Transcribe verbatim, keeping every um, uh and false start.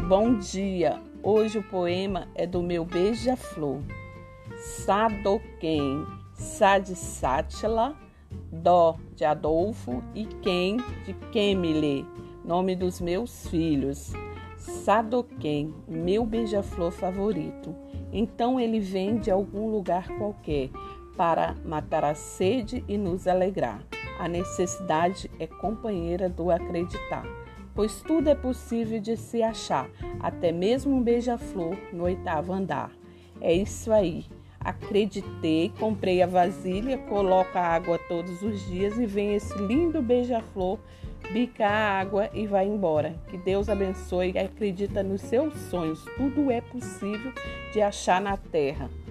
Bom dia! Hoje o poema é do meu beija-flor. Sadoquém, Sá de Sátila, Dó de Adolfo e Quem de Quemile, nome dos meus filhos. Sadoquém, meu beija-flor favorito. Então ele vem de algum lugar qualquer para matar a sede e nos alegrar. A necessidade é companheira do acreditar, pois tudo é possível de se achar, até mesmo um beija-flor no oitavo andar. É isso aí. Acreditei, comprei a vasilha, coloco a água todos os dias e vem esse lindo beija-flor, bica a água e vai embora. Que Deus abençoe e acredita nos seus sonhos. Tudo é possível de achar na terra.